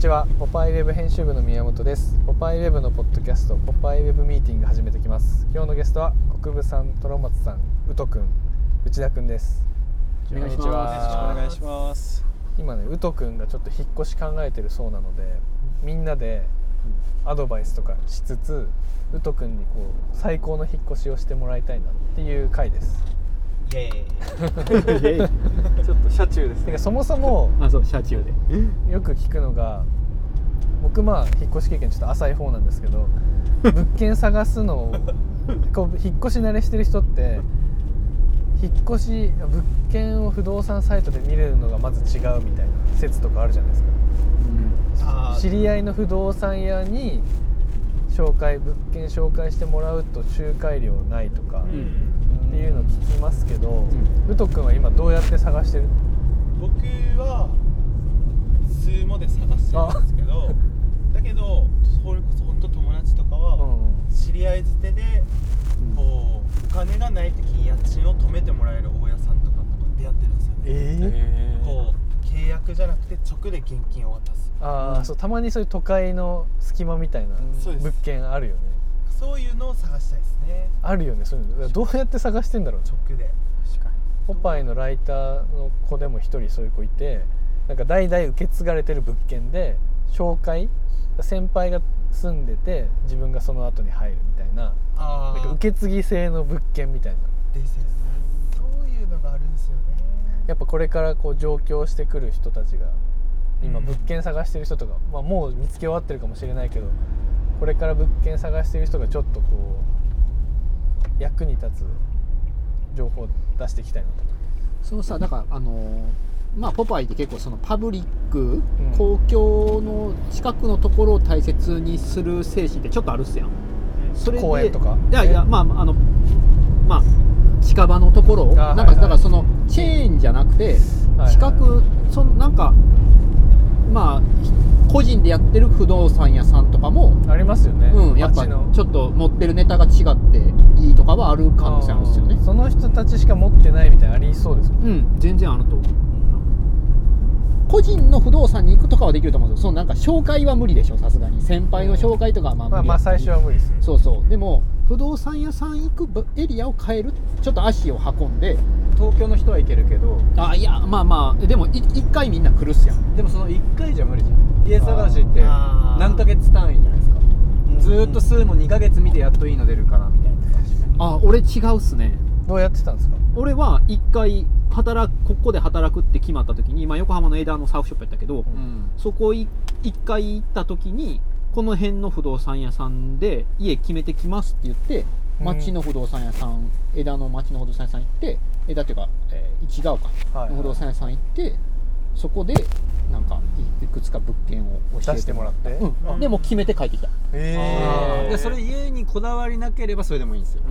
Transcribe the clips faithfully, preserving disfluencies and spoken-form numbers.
ちは。ポパイウェブ編集部の宮本です。ポパイウェブのポッドキャストポパイウェブミーティング始めてきます。今日のゲストは国分さん、トロマツさん、ウトくん、内田くんです。 お願いします。よろしくお願いします。 今ね、ウトくんがちょっと引っ越し考えてるそうなので、みんなでアドバイスとかしつつ、ウトくんにこう最高の引っ越しをしてもらいたいなっていう回です。 イエーイちょっと車中ですね。 てかそもそもあ、そう、車中でよく聞くのが、僕まあ引っ越し経験ちょっと浅い方なんですけど、物件探すのをこう引っ越し慣れしてる人って引っ越し物件を不動産サイトで見るのがまず違うみたいな説とかあるじゃないですか、うん、知り合いの不動産屋に紹介物件紹介してもらうと仲介料ないとか、うんっていうのを聞きますけど、ウトくんは今どうやって探してる？ 僕はスーモで探してるんですけど、だけどそれこそ本当友達とかは知り合いづてでこうお金がない時に家賃を止めてもらえる大家さんとかと出会ってるんですよね。えー、こう契約じゃなくて直で現金を渡す。 あ、うん、そう、たまにそういう都会の隙間みたいな物件あるよね。 そういうのを探したいですね。 あるよね、そういうの。どうやって探してんだろう。 直で。確かに。 ポパイのライターの子でも一人そういう子いて、なんか代々受け継がれてる物件で紹介、先輩が住んでて自分がその後に入るみたいな、あ、なんか受け継ぎ制の物件みたいな。 ですね。そういうのがあるんですよね。 やっぱこれからこう上京してくる人たちが今物件探してる人とか、まあ、もう見つけ終わってるかもしれないけど、これから物件探してる人がちょっとこう役に立つ情報を出していきたいなと。 そのさ、だからあのー、まあポパイって結構そのパブリック、うん、公共の近くのところを大切にする精神ってちょっとあるっすやん。 それで公園とか、 いやいや、まああのまあ近場のところ、なんか、はいはい、だからそのチェーンじゃなくて近く、はいはい、そのなんかまあ個人でやってる不動産屋さんとかもありますよね、 うん、やっぱちょっと持ってるネタが違っていいとかはある可能性あるんですよね。 その人たちしか持ってないみたいなありそうですもんね。 うん、全然あると思う。個人の不動産に行くとかはできると思うんですよ。そのなんか紹介は無理でしょ、さすがに。先輩の紹介とかはまあ無理、 うん、まあまあ最初は無理ですね。 そうそう。でも不動産屋さん行くエリアを変える、ちょっと足を運んで。 東京の人は行けるけど、 あ、いや、まあまあでもい一回みんな来るっすやん。 でもその一回じゃ無理じゃん。家探しって何ヶ月単位じゃないですか。ずーっと数もにかげつ見てやっといいの出るかなみたいな。 あ、俺違うっすね。 どうやってたんですか？ 俺は一回働く、ここで働くって決まった時に、まあ、横浜の枝のサーフショップやったけど、うん、そこ一回行った時にこの辺の不動産屋さんで家決めてきますって言って、町の不動産屋さん、枝の町の不動産屋さん行って、枝っていうか、えー、市ヶ丘の不動産屋さん行って、はいはい、そこでなんかいくつか物件を教えてもらって、うん、でも決めて帰ってきた。 へー。でそれ家にこだわりなければそれでもいいんですよ。うん、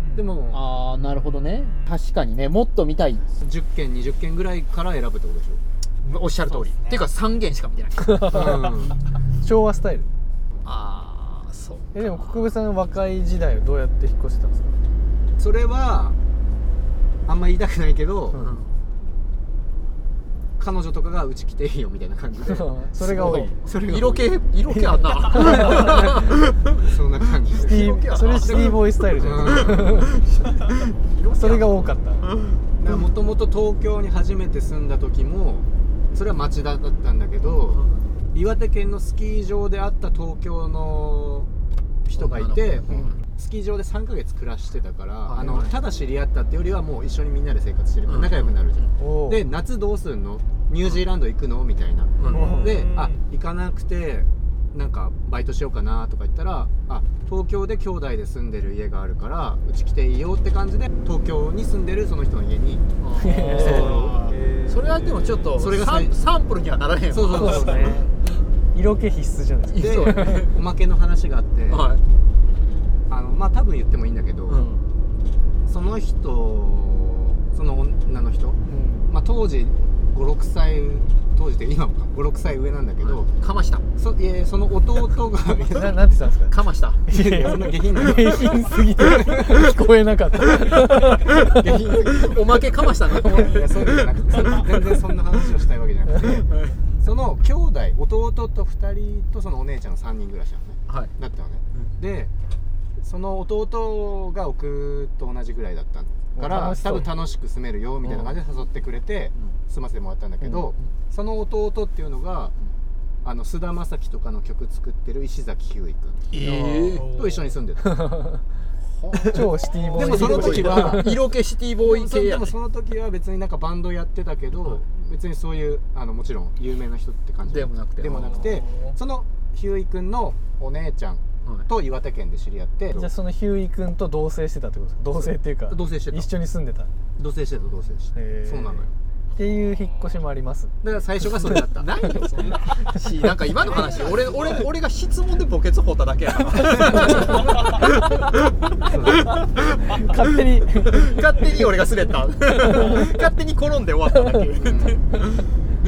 でもああ、なるほどね。確かにね、もっと見たい。 じゅっけんにじゅっけんぐらいから選ぶってことでしょ。 おっしゃる通り、ね、っていうかさんげんしか見てない、うん、 昭和スタイル。 ああ、そう。 え、でも国分さん若い時代はどうやって引っ越してたんですか？ それはあんま言いたくないけど、うん、彼女とかがうち来ていいよみたいな感じでそれが多い。 それが色気色気あんなそんな感じでそれシティボーイスタイルじゃないですかそれが多かった。 もともと東京に初めて住んだ時もそれは町田だったんだけど、岩手県のスキー場で会った東京の人がいて、うん、スキー場でさんかげつ暮らしてたから、はい、あのただ知り合ったってよりはもう一緒にみんなで生活してるから仲良くなるじゃん、うん、で夏どうすんの、ニュージーランド行くのみたいな、うん、で、あ、行かなくてなんかバイトしようかなとか言ったら、あ、東京で兄弟で住んでる家があるからうち来ていいよって感じで東京に住んでるその人の家にそうそれはでもちょっとそれがサン、サンプルにはならへん。 そうそうそうそう、ね、色気必須じゃないですか。でおまけの話があって、はい、あのまあ多分言ってもいいんだけど、うん、その人その女の人、うん、まあ当時ごろくさい、当時で今もかごろくさい上なんだけど、 かました。 そいやその弟がななんて言ったんですか？ かました。 いやいや、そんな下品な下品すぎて聞こえなかった。 下品すぎておまけかましたな。 いやそうじゃなくて、全然そんな話をしたいわけじゃなくて、 その兄弟弟とふたりとそのお姉ちゃんのさんにん暮らしなのね、 はい、 だったのね、うん、でその弟が僕と同じぐらいだったから多分楽しく住めるよみたいな感じで誘ってくれて住ませてもらったんだけど、うん、その弟っていうのがあの菅田将暉とかの曲作ってる石崎ひゅうい君、えー、と一緒に住んでた超シティボーイ。 でもその時は色気シティボーイ系や、ね、 でもその時は別になんかバンドやってたけど、うん、別にそういうあのもちろん有名な人って感じでもなくてでもなくてそのひゅうい君のお姉ちゃんと岩手県で知り合って、 じゃあそのひゅうい君と同棲してたってことですか？同棲っていうか同棲してた、 一緒に住んでた。 同棲してた同棲してた、そうなのよっていう引っ越しもあります。 だから最初がそれだったないよそんなし、なんか今の話俺俺俺が質問で墓穴掘っただけやな勝手に勝手に俺が滑った勝手に転んで終わっただけ、うん、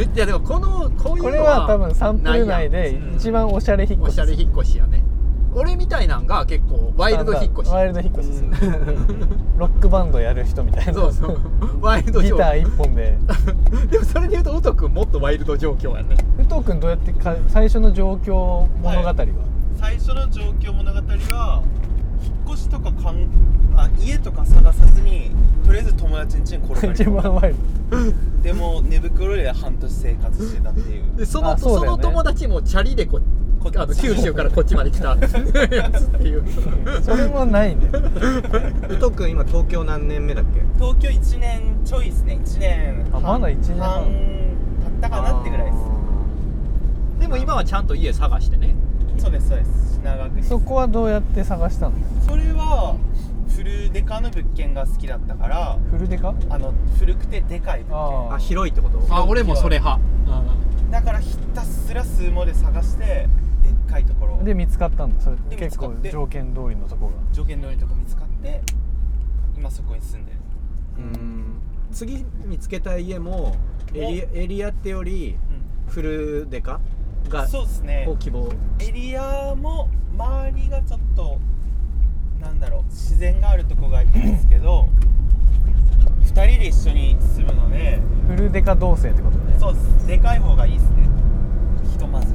いやでもこのこういうのはこれは多分サンプル内で一番おしゃれ引っ越し、 おしゃれ引っ越しやね。俺みたいなんが結構ワイルド引っ越し、 ワイルド引っ越しですよねロックバンドやる人みたいな、 そうそうワイルドギター一本ででもそれで言うとウト君もっとワイルド状況やね。 ウト君どうやってか最初の状況物語は、はい、 最初の状況物語は引っ越しとかかんあ家とか探さずにとりあえず友達ん家に転がり一番ワイルドでも寝袋で半年生活してたっていう。 でその、そ, そ, ね、その友達もチャリでここあの九州からこっちまで来たやつっていうそれもないね。 ウト君今東京何年目だっけ？ 東京いちねんちょいですね。いちねんあまだいちねんはん経ったかなってぐらいです。 でも今はちゃんと家探してね。 そうですそうです。品川区です。 そこはどうやって探したの？ それはフルデカの物件が好きだったから。 フルデカ？ あの古くてでかい物件。 あ広いってこと？ あ俺もそれ派。 だからひたすら数モで探してでっかいところで見つかったんだ。それで結構条件通りのとこが条件通りのとこ見つかって今そこに住んでる。 うーん次見つけた家もエリア、エリアってよりフルデカがそうですね。 を希望。 エリアも周りがちょっとなんだろう自然があるとこがいいんですけどふたりで一緒に住むのでフルデカ同棲ってことね。 そうです。でかい方がいいですね。ひとまず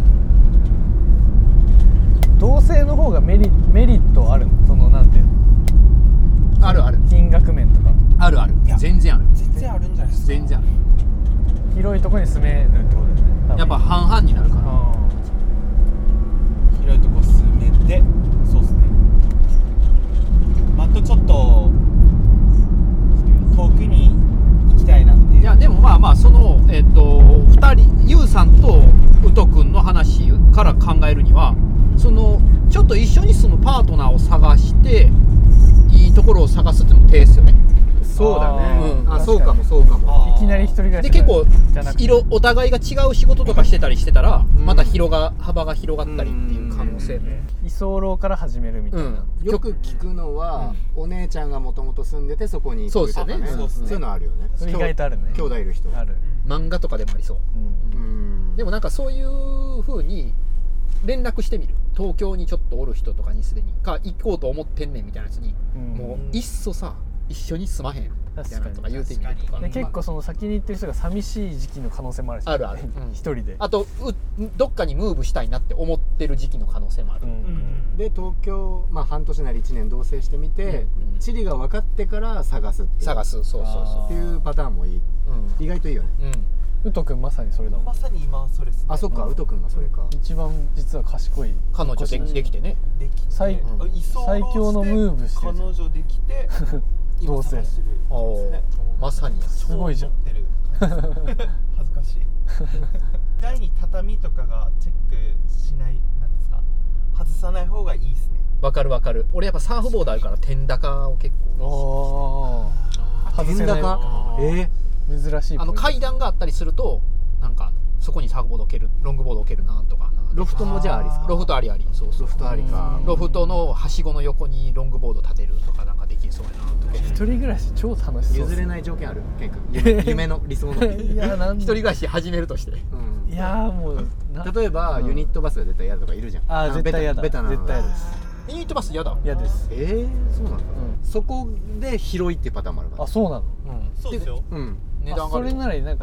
同棲の方がメリ、メリットあるの？そのなんていうの？ あるある。 金額面とかあるある。全然ある。 全然あるんじゃないですか。 全然ある。 広いとこに住めるってことだよね。 やっぱ半々になるから。 広いとこ住めて、そうですね。まあ、あとちょっと遠くに行きたいなっていう。 いやでもまあまあそのえっとふたりユウさんとウト君の話から考えるにはそのちょっと一緒に住むパートナーを探していいところを探すっていうのも手ですよね。 そうだね。 うん、 あそうかもそうかも。 いきなり一人暮らしで結構色お互いが違う仕事とかしてたりしてたら、うん、また広が幅が広がったりっていう可能性も、 居候から始めるみたいな、 うん、よく聞くのは、うん、お姉ちゃんがもともと住んでてそこに行くとかね。そうですね。そういうのあるよね。 それ意外とあるね。 兄弟いる人ある。 漫画とかでもありそう、うん、でもなんかそういう風に連絡してみる。東京にちょっとおる人とかにすでにか行こうと思ってんねんみたいなやつに、うん、もういっそさ一緒に住まへんみたいなとか言うてみるとか。 で結構その先に行ってる人が寂しい時期の可能性もあるし、ね、 あるある、 うん、一人であとどっかにムーブしたいなって思ってる時期の可能性もある、うんうん、 で東京、まあ、半年なりいちねん同棲してみて、うん、地理が分かってから探すっていう探すそうそうそうっていうパターンもいい、うん、意外といいよね、 うん、ウト君まさにそれだもん。 まさに今それですね。 あそっか、うん、ウト君がそれか、 うん、一番実は賢い彼女でできてねできて、 最、うん、最強のムーブして彼女できて同棲してる。 まさにすごいじゃん。 恥ずかしい。意外に畳とかがチェックしないなんですか。外さない方がいいですね。 わかるわかる。俺やっぱサーフボードあるから天高を結構。 ああ。外せない。 えー、珍しい。 あの階段があったりするとなんかそこにサーフボード置ける、ロングボード置けるなとか。 ロフトもじゃあありですか。 ロフトありあり。そうそう。 ロフトありか。 ロフトのはしごの横にロングボード立てるとかなんかできそうやなとか。 一人暮らし超楽しそう。 譲れない条件ある？ケン君。夢の理想の。 いやなん一人暮らし始めるとして。 うん、いやもう例えば、うん、ユニットバスが絶対嫌だとかいるじゃん。 あ絶対嫌だ。 ベタなの。 絶対嫌です。 ユニットバス嫌だ。 嫌です。 ええそうなんだ。うん、そこで広いっていうパターンもあるから。 あそうなの。 うん。そうですよ。 うん。値段がある。それならなんか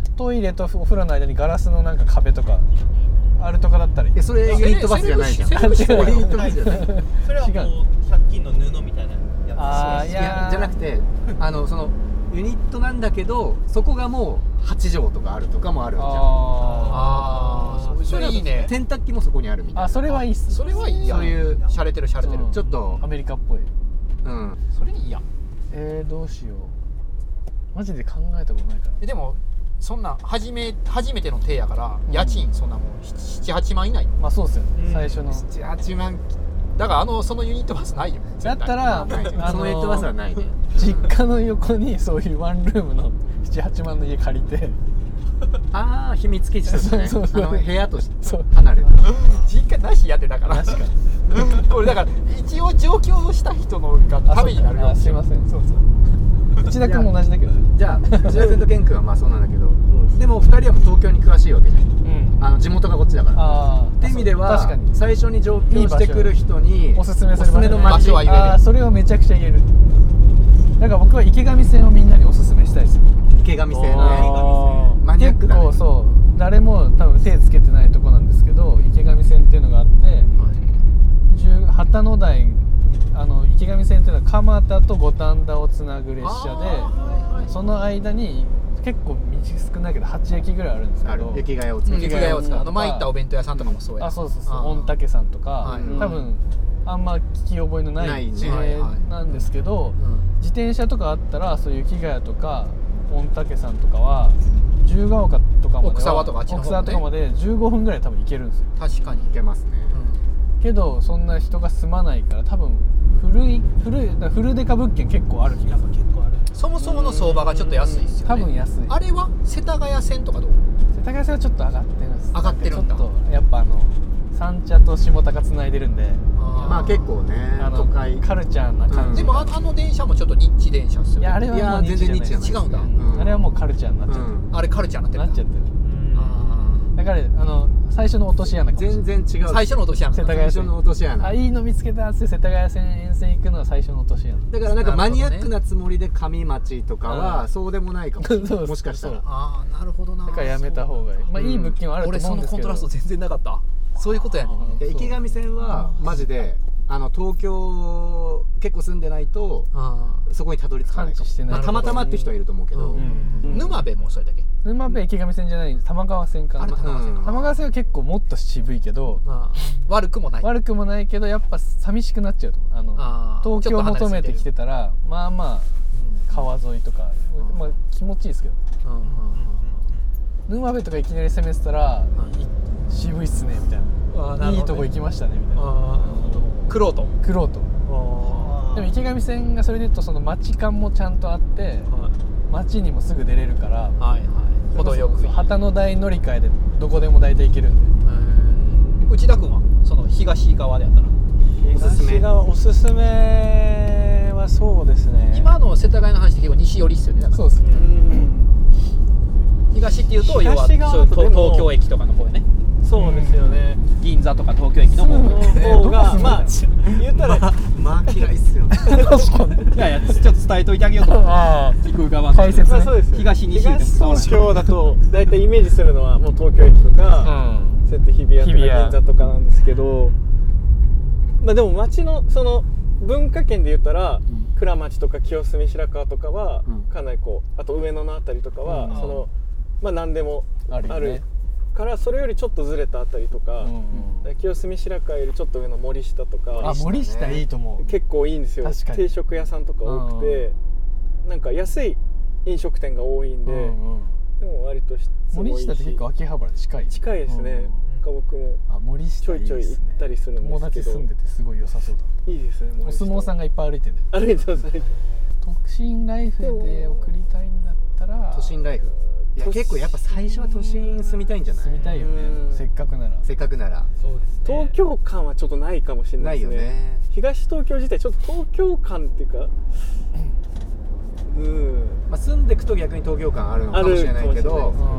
トイレとお風呂の間にガラスのなんか壁とかあるとかだったらいい。 いやそれユニットバスじゃないじゃん。 セレブユニットバスじゃない。 それはもうひゃく均の布みたいなやつ。 あーいいややじゃなくてあのそのユニットなんだけどそこがもうはち畳とかあるとかもあるじゃん。 あああそれいいね。 洗濯機もそこにあるみたいな。 あそれはいいっす。 それはいいやん。 そういう洒落てる洒落てる、 うんちょっとアメリカっぽい。 うんそれいいやん。 えー、どうしよう。マジで考えたことないかな。 でもそんな初め初めての手やから、 うん家賃そんなもんななはちまん以内。 まあそうっすよね、 うん最初の。 ななはちまんだからあのそのユニットバスないよ。 だったら、 ないあそのユニットバスはないね。 実家の横にそういうワンルームのななはちまんの家借りてああ秘密基地としてねそうそうそうあの部屋としてそう離れて実家なしやってだから。 確かにこれだから一応上京した人のがためになるよ。 あすいません。そうそう内田君も同じだけどね。 じゃあ内田君と健君はまあそうなんだけどそうですでもふたりはもう東京に詳しいわけじゃん。 うんあの地元がこっちだからあーって意味では確かに最初に上京してくる人におすすめするおすすめの場街所は言えるあーそれはめちゃくちゃ言える。だから僕は池上線をみんなにおすすめしたいです。 池上線ねあーマニアックだね結構そう誰も多分手つけてないとこなんですけど池上線っていうのがあって十旗の台あの池上線っていうのは蒲田と五反田をつなぐ列車でその間に結構道少ないけどはち駅ぐらいあるんですけあるど駅ヶ谷をつけてうん駅ヶ谷を使うあの前行ったお弁当屋さんとかもそうや。 あそうそうそうあー御嶽山とか、 はい多分あんま聞き覚えのなないねい地名なんですけど、 うん自転車とかあったらそういう雪ヶ谷とか御嶽山とかは自由が丘とかまでは奥沢とかあっちの方ね奥沢とかまでじゅうごふんぐらい多分行けるんですよ。 確かに。 行けますねけどそんな人が住まないから多分古い古いだからフルデカ物件結構ある気がする。 結構ある。 そもそもの相場がちょっと安いですよね。 多分安い。 あれは世田谷線とかどう？ 世田谷線はちょっと上がってるんです。 上がってるんだちょっとやっぱあの三茶と下高つないでるんでまあ結構ねあの都会カルチャーな感じが、 でもああの電車もちょっとニッチ電車っすよね。 いやあれはもういやニッチじゃない全然ニッチじゃない違うんだうんあれはもうカルチャーになっちゃってる、 うんあれカルチャーになってるんだ。 なっちゃってる。 あだからあの最初の落とし穴かもしれない全然違うー最初の落とし穴。 世田谷線最初の落とし穴あいいの見つけたって世田谷線沿線行くのは最初の落とし穴。 だからなんかマニアックななつもりで上町とかうんはそうでもないかもしれそうないもしかしたらそうああなるほどな。 だからやめた方がいい。まあうんいい物件はあると俺そのコン思うんですけど。 トラスト全然なかった。そういうことやねんね。 いや池上線はマジであの東京結構住んでないとあそこにたどり着かないかも感知してないまあたまたまって人はいると思うけど、 うんうん沼部もそれだけ。 沼部池上線じゃない玉川線かな。 あれ玉川線か玉川線は結構もっと渋いけどあー悪くもない。 悪くもないけどやっぱ寂しくなっちゃうとあのあー東京を求めてきてちたらまあまあうん川沿いとか、 うんまあ、気持ちいいですけどうんうんうん沼部とかいきなり攻めてたら、 んい渋いっすねみたいな、 あーなるほどねいいとこ行きましたねみたいなあークロート。 クロートでも池上線がそれで言うとその街感もちゃんとあって街にもすぐ出れるからはいはい。程よくそう旗の台乗り換えでどこでも大体行けるんで内田君はその東側でやったらおすすめ東側おすすめはそうですね。 今の世田谷の話って結構西寄りっすよね。だからそうですね東っていうと要は東側そう東だとでも東京駅とかの方やね。 そうですよね。 銀座とか東京駅の方。 のえー方がどこ住んでたまあ言ったらまあ嫌いっすよね確かにいやいやちょっと伝えといてあげようと思って。 あ行く側の解説まあそうですよ東西言うても東伝わらない東京だと大体イメージするのはもう東京駅とか、 あそうやって日比谷とか日比谷銀座とかなんですけど、まあでも町のその文化圏で言ったら、倉町とか清澄白河とかはうんかなりこうあと上野のあたりとかは、 うんそのまあ何でもあるよねあるからそれよりちょっとずれたあたりとか、 うんうん清澄白河よりちょっと上の森下とかあ森下いいと思う結構いいんですよ。 確かに定食屋さんとか多くて、なんか安い飲食店が多いんで、 うんうんでも割と質もいいし森下って結構秋葉原近い近いですね。なんか僕もあ森下ちょいちょいいいですね行ったりするんですけど友達住んでてすごい良さそうだっいいですね。 たお相撲さんががいっぱい歩いてる歩いてますね。 都心ライフで送りたいんだったら都心ライフいや都心結構やっぱ最初は都心住みたいんじゃない住みたいよねうんせっかくならせっかくならそうですね。 東京感はちょっとないかもしれないですね。 ないよね東東京自体ちょっと東京感っていうか、うん、 まあ、住んでくと逆に東京感あるのかもしれないけあるかどもしれない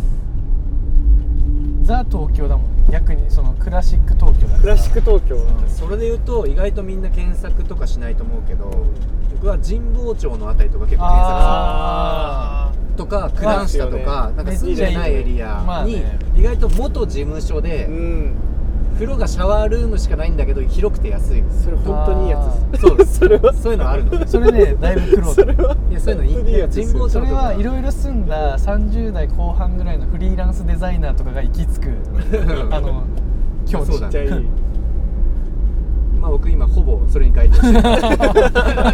うんザ東京だもん逆にそのクラシック東京だからクラシック東京、 それで言うと意外とみんな検索とかしないと思うけど僕は神保町のあたりとか結構検索するあとか九段下とか、なんか住んでないエリアに意外と元事務所で、うん、風呂がシャワールームしかないんだけど広くて安い。 それ本当にいいやつです。 そうですそれはそういうのあるの。 それねだいぶ苦労それはいやそういうのいいやつ。神保町とかそれはいろいろ住んださんじゅう代後半ぐらいのフリーランスデザイナーとかが行き着くあの境地。 そうだね。まあ僕今ほぼそれに該当してる。確かに。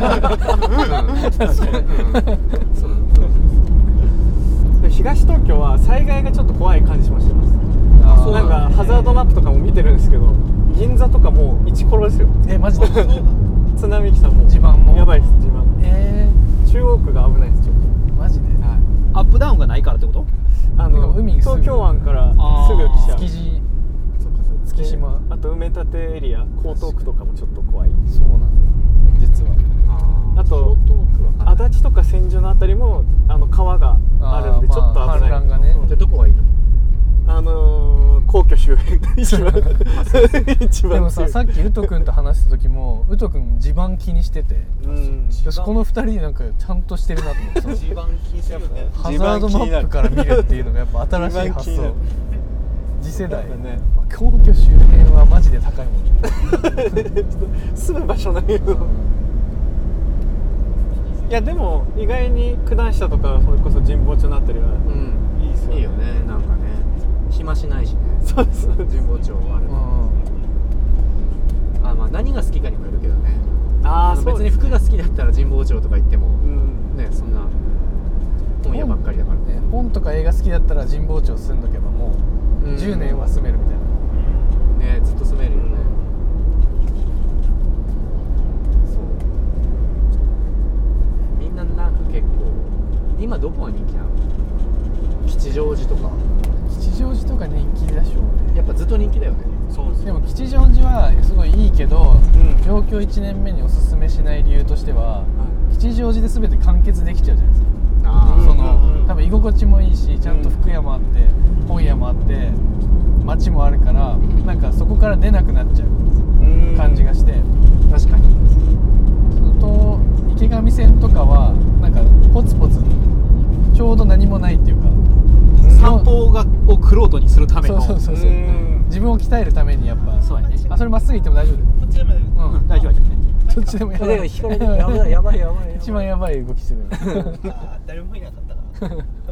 東東京は災害がちょっと怖い感じもしてます。なんかハザードマップとかも見てるんですけど、銀座とかもうイチコロですよ。 えマジで？ 津波来たもう地盤もやばいです地盤。 えー、 中央区が危ないですちょっと。 マジで？ はい、アップダウンがないからってこと？ あの海東京湾からすぐ来ちゃう。 築地、月島、 あと埋め立てエリア、江東区とかもちょっと怖い。 そうなんだ実は。 あと足立とか千住のあたりもあの川があるんでちょっと危ない。 氾濫がね。 じゃあどこがいいの？ あのー、皇居周辺が一番一番。 でもささっきウト君と話した時もウト君地盤気にしてて、うん、私このふたりなんかちゃんとしてるなと思って。 地盤気にしてるよね。 ハザードマップから見るっていうのがやっぱ新しい発想。次世代、ね、皇居周辺はマジで高いもん。 住む場所ないけど。いやでも意外に九段下とかそれこそ神保町のあたりは、うん、いいですよね。 いいよね。なんかね暇しないしね。 そうです。 神保町ある、うん、あまあ何が好きかにもよるけどね。 ああ別に服が好きだったら神保町とか行っても、うん、ねそんな本屋ばっかりだからね。 本とか映画好きだったら神保町住んどけばもうじゅうねんは住めるみたいな、 うん、ねずっと住めるよね、うん、そうみんななんか結構今どこが人気なの？吉祥寺とか。 吉祥寺とか人気でしょうね。 やっぱずっと人気だよね。 そうです。でも吉祥寺はすごいいいけど、うん、上京いちねんめにおすすめしない理由としては、うん、吉祥寺で全て完結できちゃうじゃないですか。あその、うん、多分居心地もいいしちゃんと服屋もあって、うん、本屋もあって街もあるからなんかそこから出なくなっちゃう感じがして、うん、 確かにと池上線とかはなんかポツポツちょうど何もないっていうか、 散歩がをクロートにするためのそうそうそうそう自分を鍛えるためにやっぱそうやね。 あそれまっすぐ行っても大丈夫だよ。 こっちでも、うん、 大丈夫だよね。 どっちでもやばい。 やばいやばいやばい。 一番やばい動きしてる。 誰もいなかったな。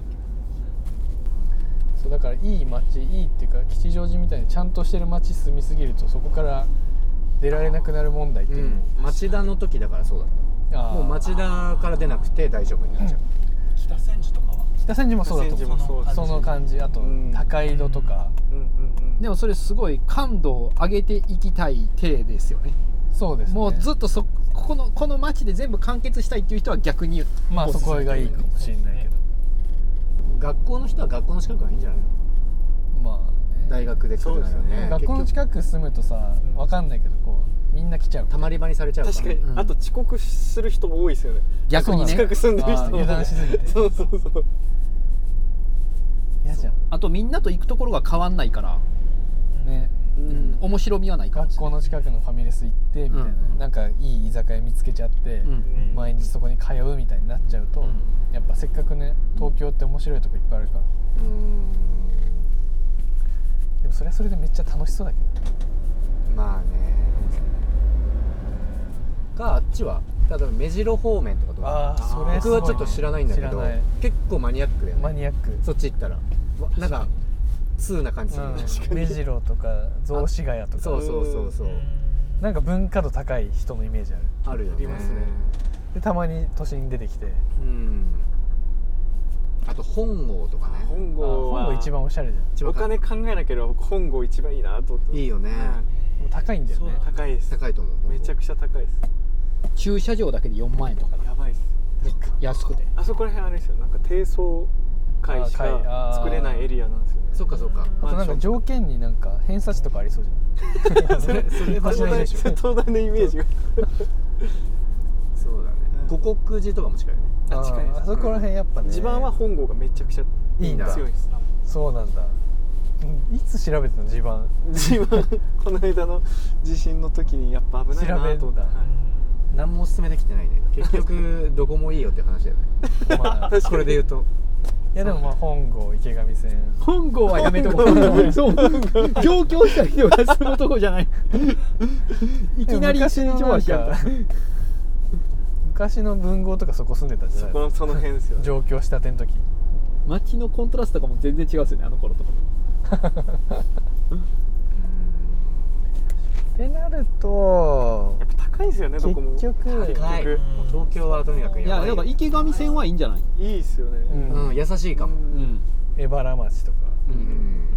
そうだからいい街いいっていうか吉祥寺みたいにちゃんとしてる街住みすぎるとそこから出られなくなる問題っていうのも、 うん、町田の時だからそうだった。もう町田から出なくて大丈夫になっちゃう。 うん、北千住とかは北千住もそうだと思う。その感じ。あと、うん、高井戸とか、うんうんうんうん、でもそれすごい感度を上げていきたい体ですよね。 そうですね。 もうずっとそこのこの街で全部完結したいっていう人は逆にまあそこがいいかもしれないけど、 学校の人は学校の近くがいいんじゃないの？ まあ、ね、 大学で来るならね。 学校の近く住むとさ、わかんないけどこうみんな来ちゃう。 たまり場にされちゃうから。 確かに、うん、あと遅刻する人も多いですよね。 逆にね。 近く住んでる人も油断しすぎて。 そうそうそう。 嫌じゃん。 あとみんなと行くところが変わんないからね。 うん、面白みはないかもしれない。 学校の近くのファミレス行ってみたいな、うんうん、なんかいい居酒屋見つけちゃって、うん、毎日そこに通うみたいになっちゃうと、うん、やっぱせっかくね東京って面白いとこいっぱいあるから、うん、でもそれはそれでめっちゃ楽しそうだけど。 まあねかあっちは例えば目白方面とかとか、 あそれ僕はちょっと知らないんだけど結構マニアックだよね。 マニアック。 そっち行ったらなんか通な感じする、 うん、目白とか雑司ヶ谷とかそうそうそうそうなんか文化度高い人のイメージある。 あるよね。 ありますね。でたまに都心出てきて、うん、 あと本郷とかね。 本郷は本郷一番おしゃれじゃん。 お金考えなければ本郷一番いいなと思って。 いいよね、 うん、高いんだよね。 高いです。 高いと思う。 めちゃくちゃ高いです。 駐車場だけでよんまんえんとかやばいです。 安くてあそこら辺あれですよ。なんか低層階しか作れないエリアなんですよね。 そっかそっか。 あとなんか条件になんか偏差値とかありそうじゃん。それそれ東大でしょ。東大のイメージがそうだね。五国寺とかも近いよね。 あ近いです。 あそこら辺やっぱね。 地盤は本郷がめちゃくちゃいいんだ。強いです。 そうなんだ。いつ調べてたの地盤？ 地盤この間の地震の時にやっぱ危ないなと思った。 何も進めてきてないね。結局どこもいいよって話だよね。まあこれで言うと。 いやでもまあ本郷池上線本郷はやめとこうそう上京した人が住むとこじゃないいきなり昔の一番しちゃった昔の文豪とかそこ住んでたじゃないこのその辺ですよね。 上京したての時街のコントラストとかも全然違うっすよねあの頃とかってなるとやっぱ高いんですよね、どこも。 結局はい、東京はとにかくいやだから池上線はいいんじゃないいいっすよね。 うんうん優しいかも。 うん江原町とかうん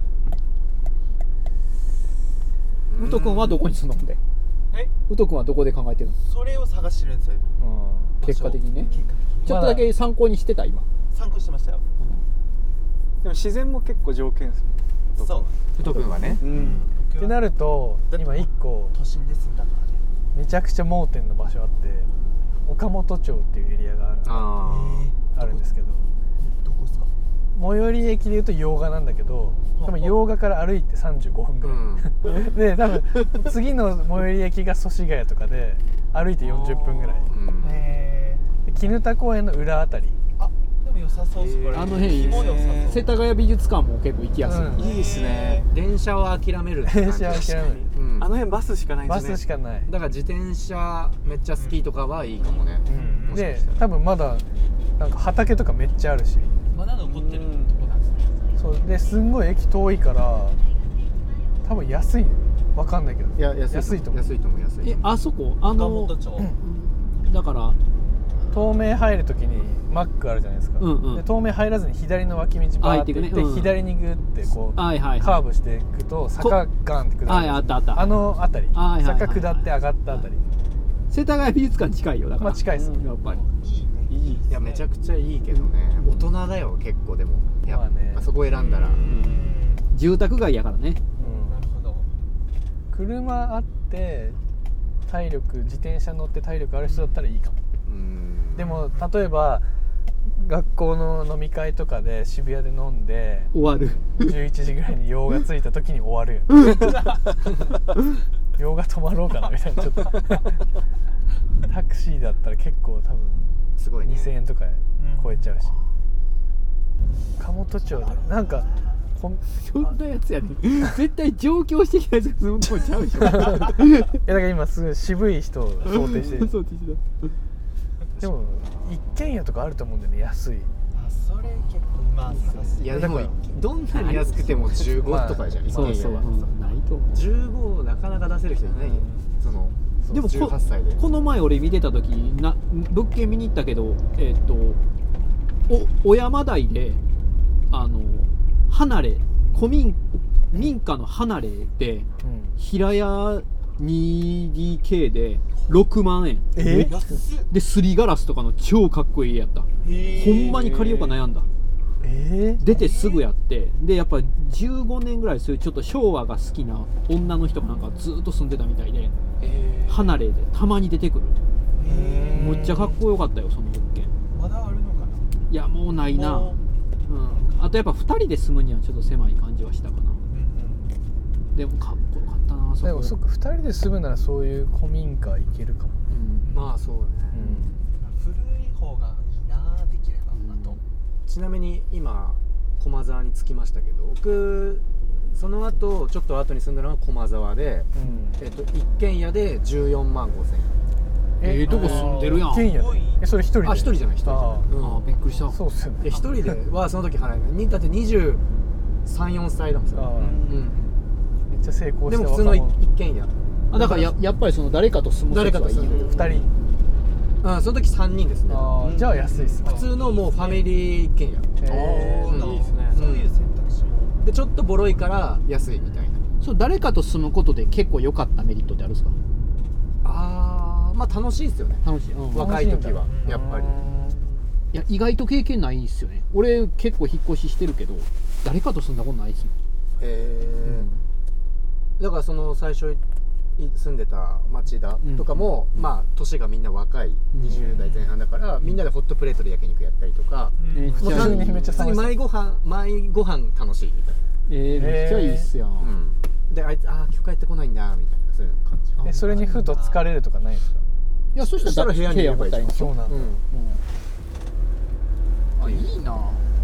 宇都君はどこに住むんでえ宇都君はどこで考えてるのそれを探してるんですよ今うん結果的にね結果的にちょっとだけ参考にしてた今参考してましたよ。 でも自然も結構条件ですよ。 そう宇都君はね。 うん。 ってなるとだって今一個都心で住んだからね。 めちゃくちゃ盲点の場所あって岡本町っていうエリアがああるんですけどどこですか？ 最寄り駅でいうと用賀なんだけど多分用賀から歩いてさんじゅうごふんぐあ。うらい、 ん。 で多分次の最寄り駅が祖師ヶ谷とかで歩いてよんじゅっぷんぐらいうんへで絹田公園の裏あたりーあでも良さそうっすこれ。 あの辺いいも良さそう。 世田谷美術館も結構行きやすい、 うんいいっすね。 電車を諦めるって感じ。 電車は諦めるうんあの辺バスしかないんでバすね。 スしかない、 だから自転車めっちゃ好きとかはいいかもね。 うんでもしかしたら多分まだなんか畑とかめっちゃあるしまだ残ってるとこなんですね。 そうですんごい駅遠いから多分安いわかんないけどいや安い安いと思う安いと思う安いえあそこあ岡の本町。 だから東名入るときにマックあるじゃないですか、 うんうんで東名入らずに左の脇道バーって行って、 あ行ってくねうん左にグーってこう、 はいはいはいカーブしていくと坂ガンって下るはいあったあったあの辺り、 はいはいはいはい坂下って上がった辺り、 世田谷美術館近いよだからまあ近いっす、 うんやっぱりいいね。いいいやめちゃくちゃいいけどね大人だよ結構でもやっぱ、 まあねあそこ選んだらうん住宅街やからねなるほど。 車あって体力自転車乗って体力ある人だったらいいかも、 うんでも例えば学校の飲み会とかで渋谷で飲んで終わるじゅういちじぐらいに用がついた時に終わるよね用が止まろうかなみたいなちょっとタクシーだったら結構多分すごいねにせんえんとか超えちゃうし、岡本町でなんかこんいそんなやつやね絶対上京してきたやつが住むとこちゃうでしょやだから今すごい渋い人を想定してるそうでしたでも一軒家とかあると思うんだよね安いあそれ結構今探していやでもだからどんなに安くてもじゅうごとかじゃん、 まあそうそう、 一軒家はうん、ないと思うじゅうごなかなか出せる人いないよ、 うんそのでもこじゅうはっさいでこの前俺見てた時な物件見に行ったけどえっ、とお小山台であの離れ古民民家の離れでうん平屋 にディーケー でろくまんえんえ安っですりガラスとかの超かっこいい家やったほんまに借りようか悩んだえー、 出てすぐやってでやっぱじゅうごねんぐらいそういうちょっと昭和が好きな女の人がなんかずっと住んでたみたいで離れでたまに出てくるえむっちゃかっこよかったよその物件ーまだあるのかないやもうないな、 もうん、あとやっぱふたりで住むにはちょっと狭い感じはしたかなううんでもかっこよかったなそこでもそっかふたりで住むならそういう古民家行けるかも、 うんまあそうね、 うん、 古い方がいいなできればあとちなみに今駒沢に着きましたけど僕その後ちょっと後に住んだのが駒沢で、 うんえっと、一軒家でじゅうよんまんごせんえんええとこ住んでるやん一軒家すごいでえそれ一人であ一人じゃない一人じゃないあうんあーびっくりしたそうっすよねで一人ではその時払えないにだってにじゅうさん、よんさいだもんさ、 あーうん、 めっちゃ成功したでも普通の一若者一軒家あだからややっぱりその誰かと住む誰かと住む説はいいよふたりうんその時さんにんですねあーじゃあ安いっすね普通のもうファミリー一軒家へーうんいいですねそういう選択肢もでちょっとボロいから安いみたいなそう誰かと住むことで結構良かったメリットってあるんですかあーまあ楽しいですよね楽しい、うん、い若い時はうんやっぱりや意外と経験ないっすよね俺結構引っ越ししてるけど誰かと住んだことないっすもんへえだからその最初い住んでた町田とかも、まあ年がみんな若いにじゅうだいぜん半だから、みんなでホットプレートで焼肉やったりとか、 めっちゃ普通にめっちゃ普通に楽し毎ご飯毎ご飯楽しいみたいえー、めっちゃいいっすやん、 な、うん、であいつああ今日帰ってこないんだみたいなそういう感じえそれにふと疲れるとかないですかいやそしたらそしたら部屋にいればいいじゃん部屋持ったらいいんですよそうなんだ、 うんあいいな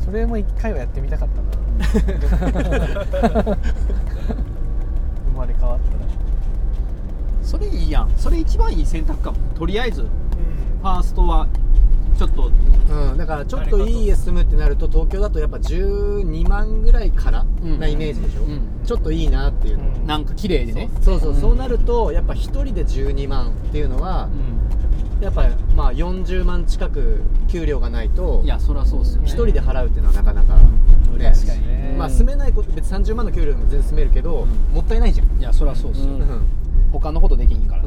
それも一回はやってみたかったな生まれ変わったらそれいいやん。それ一番いい選択かも。とりあえずファーストはちょっと、 うん、だからちょっといい家住むってなると東京だとやっぱじゅうにまんぐらいからなイメージでしょ、 うんうん、 ちょっといいなっていうの、 うん、 なんか綺麗でね。 そうそうそう、うん、そうなるとやっぱひとりでじゅうにまんっていうのは、うん、やっぱまあよんじゅうまん近く給料がないと、 いやそりゃそうっすよね、 ひとりで払うっていうのはなかなか、ね、 確かにね、 まあ住めないこと別にさんじゅうまんの給料でも全然住めるけど、うん、もったいないじゃん。 いやそりゃそうっすよ、うん、他のことできひんからね、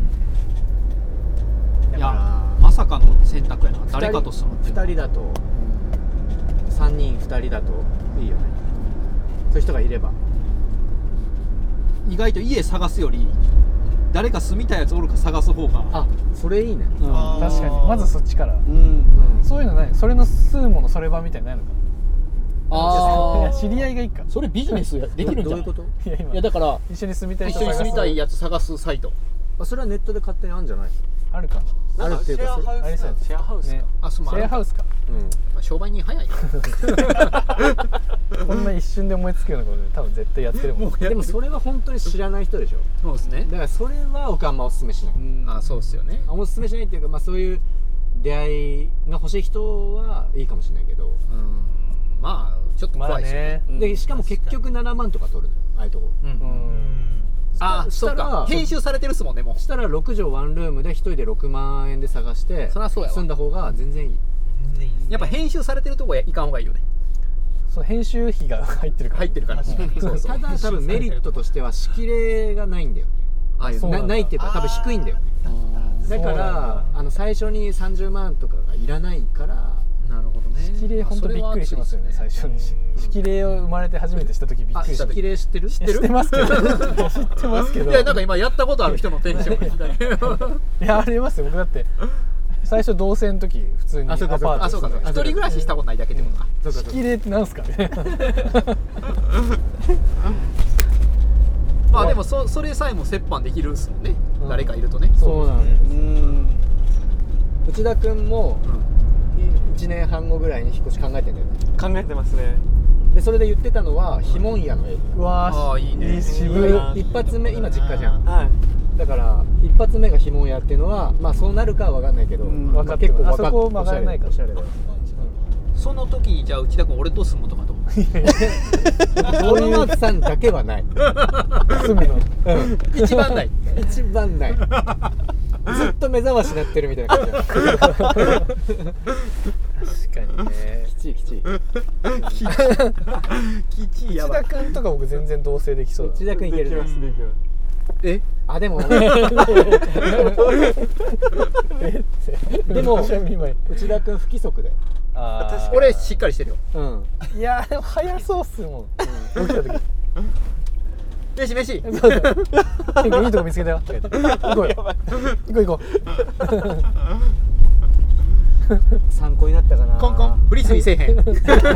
うん、いやまさかの選択やな。誰かと住むってふたりだと、うん、さんにんふたりだといいよね。そういう人がいれば意外と家探すより誰か住みたいやつおるか探す方が、 あ、それいいね、 うん、確かにまずそっちから、うんうん、 そういうのない。それの住むものそれ場みたいなのないのか。 あいや知り合いがいいか。 それビジネスできるんじゃない？ どういうこと？ いや今いやだから一緒に住みたい一人探す緒に住みたいやつ探すサイト、 あ、それはネットで勝手にあるんじゃないの？ あるかな。 あるっていうか、 シェアハウスありそうやシェアハウスか、 ね、 あ、そうシェアハウスか、 うん、 商売人早いなこんな一瞬で思いつくようなことで多分絶対やってるもん。 でもそれは本当に知らない人でしょ。 そうですね。 だからそれは僕はあんまおすすめしない、うん、 あ、そうですよね。 おすすめしないっていうか、まあそういう出会いが欲しい人はいいかもしれないけど、うん、 まあちょっと怖いですよね、 まあね。 でしかも結局ななまんとか取るの、ああいうとこ、うんうん、 あ、そうか、編集されてるっすもんね。もうしたらろくじょうワンルームでひとりでろくまんえんで探してそりゃそうやわ、 住んだ方が全然いい。 全然いいですね。 やっぱ編集されてるとこやいかん方がいいよね。 そう、編集費が入ってるから入ってるからそうそうただ多分メリットとしては仕切れがないんだよね。 ああいうのなないっていうか多分低いんだよね。だからあの最初にさんじゅうまんとかがいらないから。 なるほどね。 仕切れ本当びっくりしますよね。最初に仕切れを生まれて初めてした時びっくりした。 仕切れ知ってる？知ってる？ 知ってますけど知ってますけど、 いやなんか今やったことある人のテンションみたいいやありますよ。僕だって最初同棲の時普通にアパート、 あ、そうかそうか、一人暮らししたことないだけってことか、 うん、仕切れってなんすかねまあでも そ, それさえも折半できるっすもんね、うん、誰かいるとね。 そうなんです。うん、内田君も、うん、いちねんはんごぐらいに引っ越し考えてんだよね。 考えてますね。 でそれで言ってたのはひもんやの営業。 うわー、いいね、いい渋い。 一発目今実家じゃん、 はい、 だから一発目がひもんやっていうのはまあそうなるかは分かんないけど、うん、 分かってる、まあ、結構分かって、あそこ曲がらないから、 おしゃれだよ。 その時にじゃあ内田君俺と住むとかと大松さんだけはない住むの、 うん、 一番ない一番ないずっと目覚ましなってるみたいな感じ確かにね。 きちいきちいきちいやばい。 内田君とか僕全然同棲できそうだ。 内田君いける。 できますできます。 えあでもでも内田君不規則だよ。 あ俺しっかりしてるよ。 うん。 いやでも早そうっすもん。起きた時。 飯飯。 そうそう。いいとこ見つけたよ。行こうよ。行こう行こう。参考になったかな。 コンコンフリスビーせえへん。い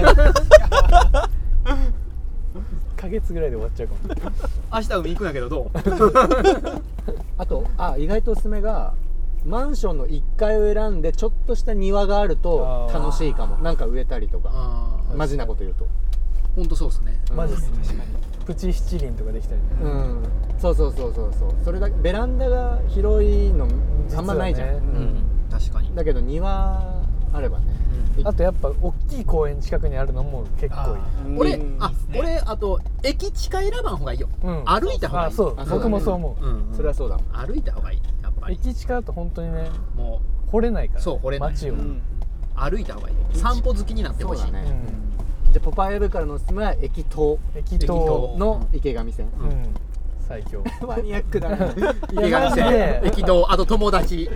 っかげつぐらいで終わっちゃうかも。 明日海行くんやけどどう？ あとあ意外とおすすめがマンションのいっかいを選んでちょっとした庭があると楽しいかも。なんか植えたりとか。マジなこと言うと。 本当そうですね。 マジですね。確かに。プチ七輪とかできたりね。 うん。そうそうそうそうそう。それだけベランダが広いのあんまないじゃん。 ね、うん。 確かに。 だけど庭あればね。 あとやっぱ大きい公園近くにあるのも結構いい。 俺あ俺あと駅近選ばん方がいいよ。歩いた方がいい。 あそう僕もそう思う。それはそうだ。 歩いた方がいいやっぱり。 駅近だと本当にねもう掘れないから。 そう掘れない。 街を歩いた方がいい。散歩好きになってほしい。 じゃあポパイ部からのおすすめは駅東駅東の池上線。 最強。 マニアックだね。 池上線駅東あと友達。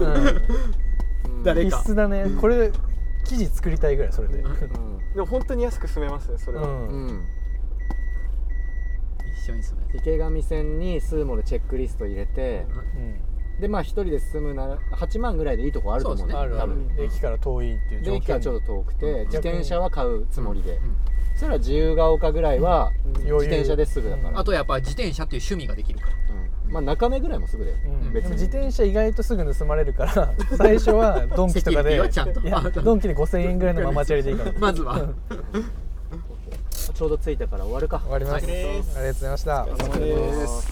誰か必須だね。これ記事作りたいぐらいそれで、うん、 でも本当に安く住めますねそれは、うんうん、 一緒に住め池上線にスーモでチェックリスト入れて、うん、でまあ一人で住むならはちまんぐらいでいいとこあると思うね。 あるある。駅から遠いっていう条件。 駅からちょっと遠くて、うん、自転車は買うつもりで、うん、それは自由が丘ぐらいは自転車ですぐだから、 うん、あとやっぱ自転車っていう趣味ができるから、 まあ中目ぐらいもすぐだよ、 うん、 別にでも自転車意外とすぐ盗まれるから最初はドンキとかでセキュリティはちゃんといやドンキでごせんえんぐらいのママチャリでいいからまずはちょうど着いたから終わるか。 終わります、 はいありがとうございました。 お疲れ様です。